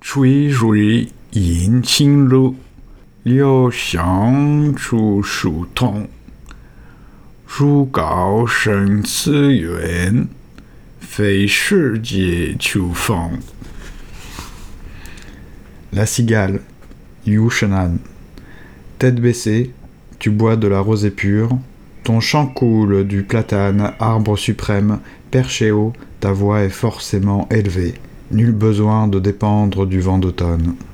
追追迎新路，柳香处疏通。如告生死缘，非世界秋风。 La cigale, Yushanan. Tête baissée, tu bois de la rosée pure, ton chant coule du platane, arbre suprême, perché haut, ta voix est forcément élevée, nul besoin de dépendre du vent d'automne.